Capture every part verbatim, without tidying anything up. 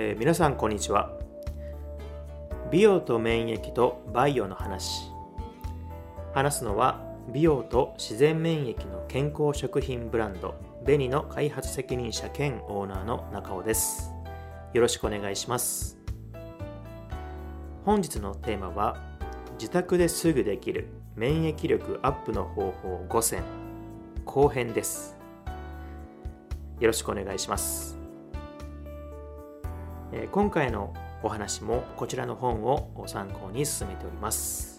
えー、皆さんこんにちは。美容と免疫とバイオの話。話すのは美容と自然免疫の健康食品ブランドベニの開発責任者兼オーナーの中尾です。よろしくお願いします。本日のテーマは自宅ですぐできる免疫力アップの方法ごせん後編です。よろしくお願いします。えー、今回のお話もこちらの本をご参考に進めております。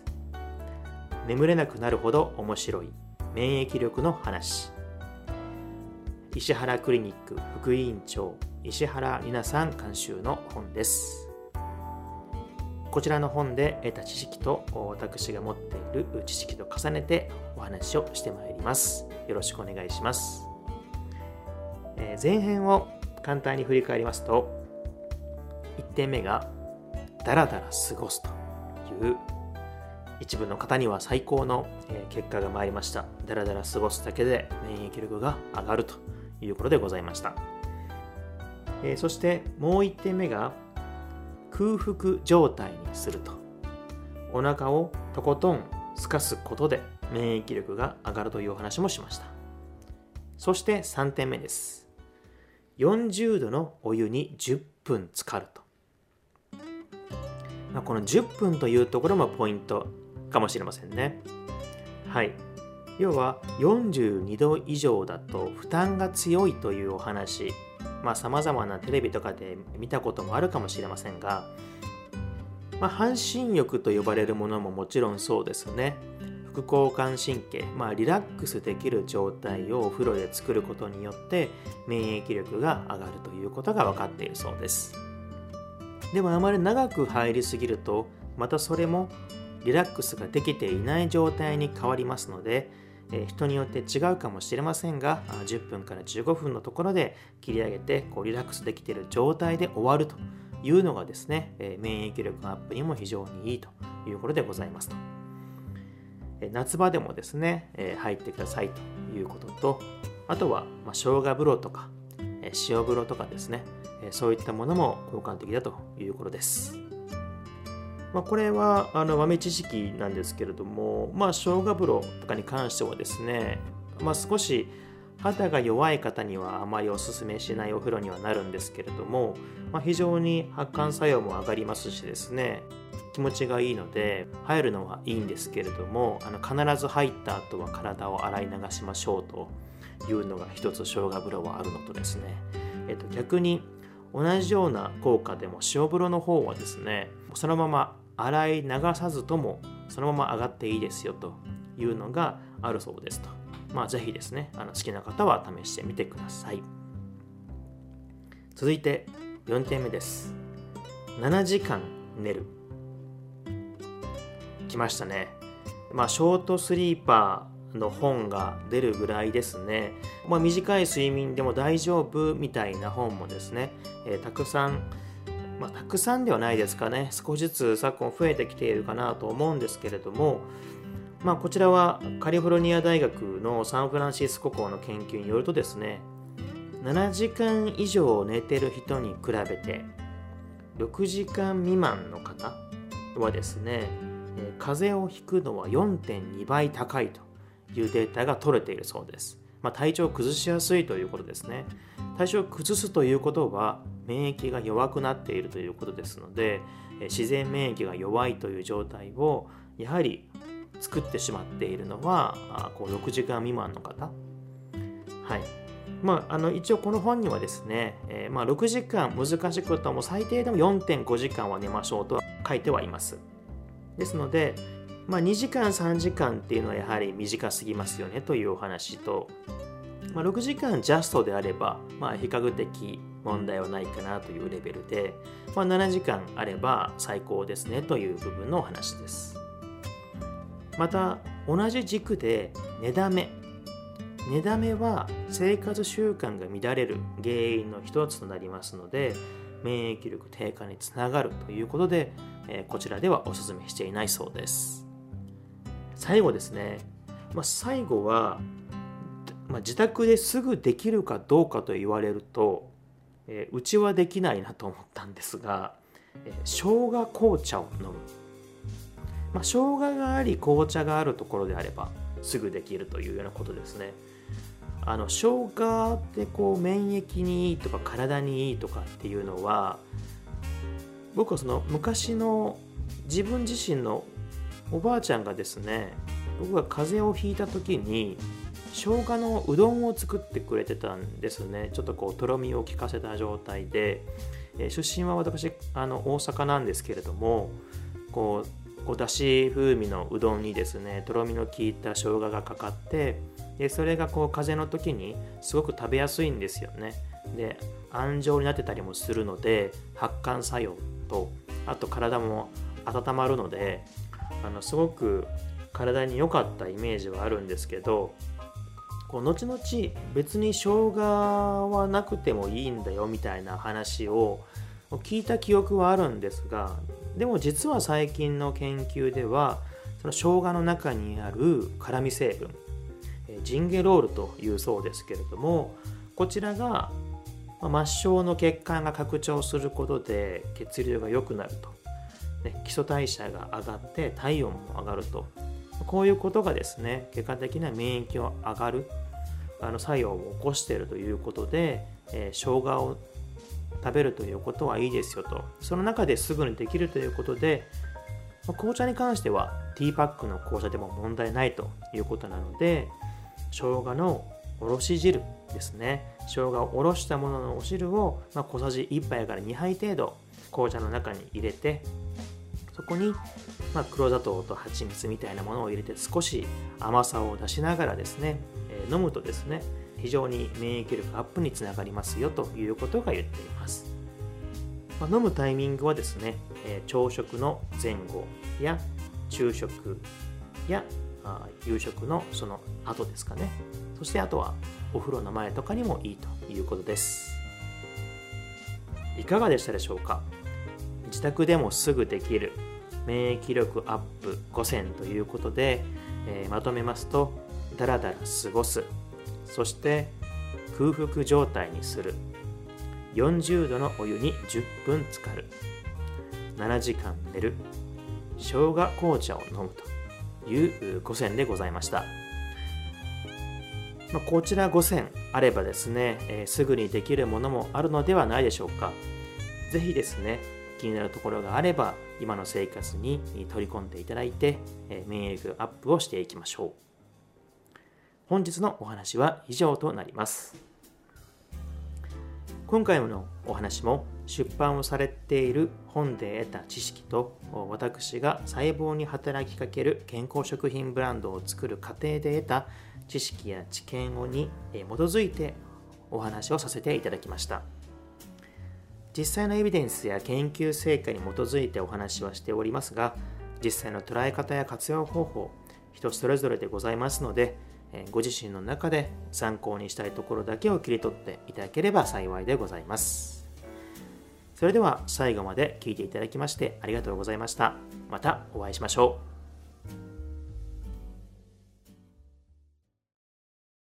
眠れなくなるほど面白い免疫力の話。石原クリニック副委員長石原里奈さん監修の本です。こちらの本で得た知識と私が持っている知識と重ねてお話をしてまいります。よろしくお願いします。えー、前編を簡単に振り返りますと、いってんめがダラダラ過ごすという一部の方には最高の結果が参りました。ダラダラ過ごすだけで免疫力が上がるということでございました。えー、そしてもういってんめが空腹状態にすると、お腹をとことん空かすことで免疫力が上がるというお話もしました。そしてさんてんめです。よんじゅうどのお湯にじゅっぷん浸かると。まあ、このじゅっぷんというところもポイントかもしれませんね。はい。要はよんじゅうにど以上だと負担が強いというお話、まあ様々なテレビとかで見たこともあるかもしれませんが、まあ、半身浴と呼ばれるものももちろんそうですね。副交感神経、まあリラックスできる状態をお風呂で作ることによって免疫力が上がるということが分かっているそうです。でもあまり長く入りすぎるとまたそれもリラックスができていない状態に変わりますので、えー、人によって違うかもしれませんが、じゅっぷんからじゅうごふんのところで切り上げてこうリラックスできている状態で終わるというのがですね、えー、免疫力アップにも非常にいいということでございますと。えー、夏場でもですね、えー、入ってくださいということと、あとは、まあ、生姜風呂とか、えー、塩風呂とかですね、えー、そういったものも効果的だということです。まあ、これはあの豆知識なんですけれども、まあ、生姜風呂とかに関してはですね、まあ、少し肌が弱い方にはあまりおすすめしないお風呂にはなるんですけれども、まあ、非常に発汗作用も上がりますしですね、気持ちがいいので入るのはいいんですけれども、あの必ず入った後は体を洗い流しましょうというのが一つ生姜風呂はあるのとですね、えっと、逆に同じような効果でも塩風呂の方はですね、そのまま洗い流さずともそのまま上がっていいですよというのがあるそうですと。まあぜひですね、あの好きな方は試してみてください。続いてよんてんめです。ななじかん寝る。来ましたね。まあショートスリーパーの本が出るぐらいですね。まあ、短い睡眠でも大丈夫みたいな本もですね、えー、たくさんまあ、たくさんではないですかね。少しずつ昨今増えてきているかなと思うんですけれども、まあ、こちらはカリフォルニア大学のサンフランシスコ校の研究によるとですね、ななじかん以上寝てる人に比べてろくじかん未満の方はですね、風邪をひくのは よんてんにばい高いというデータが取れているそうです。まあ、体調を崩しやすいということですね。体調を崩すということは免疫が弱くなっているということですので、自然免疫が弱いという状態をやはり作ってしまっているのはこうろくじかん未満の方。はい。まあ、あの一応この本にはですね、えー、まあろくじかん難しくとも最低でも よんてんごじかんは寝ましょうと書いてはいます。ですので、まあ、にじかんさんじかんっていうのはやはり短すぎますよねというお話と、まあ、ろくじかんジャストであれば、まあ、比較的問題はないかなというレベルで、まあ、ななじかんあれば最高ですねという部分のお話です。また同じ軸で寝だめ寝だめは生活習慣が乱れる原因の一つとなりますので、免疫力低下につながるということで、えー、こちらではお勧めしていないそうです。最後ですね、まあ、最後は、まあ、自宅ですぐできるかどうかと言われるとえー、うちはできないなと思ったんですが、えー、生姜紅茶を飲む。まあ、生姜があり紅茶があるところであればすぐできるというようなことですね。あの生姜ってこう免疫にいいとか体にいいとかっていうのは、僕はその昔の自分自身のおばあちゃんがですね、僕が風邪をひいた時に生姜のうどんを作ってくれてたんですね。ちょっとこうとろみを効かせた状態で、えー、出身は私あの大阪なんですけれども、こうこうだし風味のうどんにですね、とろみの効いた生姜がかかって、でそれがこう風邪の時にすごく食べやすいんですよね。で安静になってたりもするので、発汗作用と、あと体も温まるので、あのすごく体に良かったイメージはあるんですけど、こう後々別に生姜はなくてもいいんだよみたいな話を聞いた記憶はあるんですが、でも実は最近の研究ではその生姜の中にある辛味成分、ジンゲロールというそうですけれども、こちらが末梢の血管が拡張することで血流が良くなると、ね、基礎代謝が上がって体温も上がると、こういうことがですね、結果的な免疫を上がるあの作用を起こしているということで、えー、生姜を食べるということはいいですよと。その中ですぐにできるということで、紅茶に関してはティーパックの紅茶でも問題ないということなので、生姜のおろし汁ですね、生姜をおろしたもののお汁を、まあ、小さじいっぱいからにはい程度紅茶の中に入れて、そこに、まあ、黒砂糖と蜂蜜みたいなものを入れて少し甘さを出しながらですね、えー、飲むとですね、非常に免疫力アップにつながりますよということが言っています。まあ、飲むタイミングはですね、えー、朝食の前後や昼食やあ夕食のその後ですかね。そしてあとはお風呂の前とかにもいいということです。いかがでしたでしょうか。自宅でもすぐできる免疫力アップご選ということで、えー、まとめますと、だらだら過ごす、そして空腹状態にする、よんじゅうどのお湯にじゅっぷん浸かる、ななじかん寝る、生姜紅茶を飲むというご選でございました。まあ、こちらご選あればですね、えー、すぐにできるものもあるのではないでしょうか。ぜひですね、気になるところがあれば今の生活に取り込んでいただいて、えー、免疫力アップをしていきましょう。本日のお話は以上となります。今回のお話も出版をされている本で得た知識と、私が細胞に働きかける健康食品ブランドを作る過程で得た知識や知見をに基づいてお話をさせていただきました。実際のエビデンスや研究成果に基づいてお話はしておりますが、実際の捉え方や活用方法、人それぞれでございますので、ご自身の中で参考にしたいところだけを切り取っていただければ幸いでございます。それでは最後まで聞いていただきましてありがとうございました。またお会いしましょう。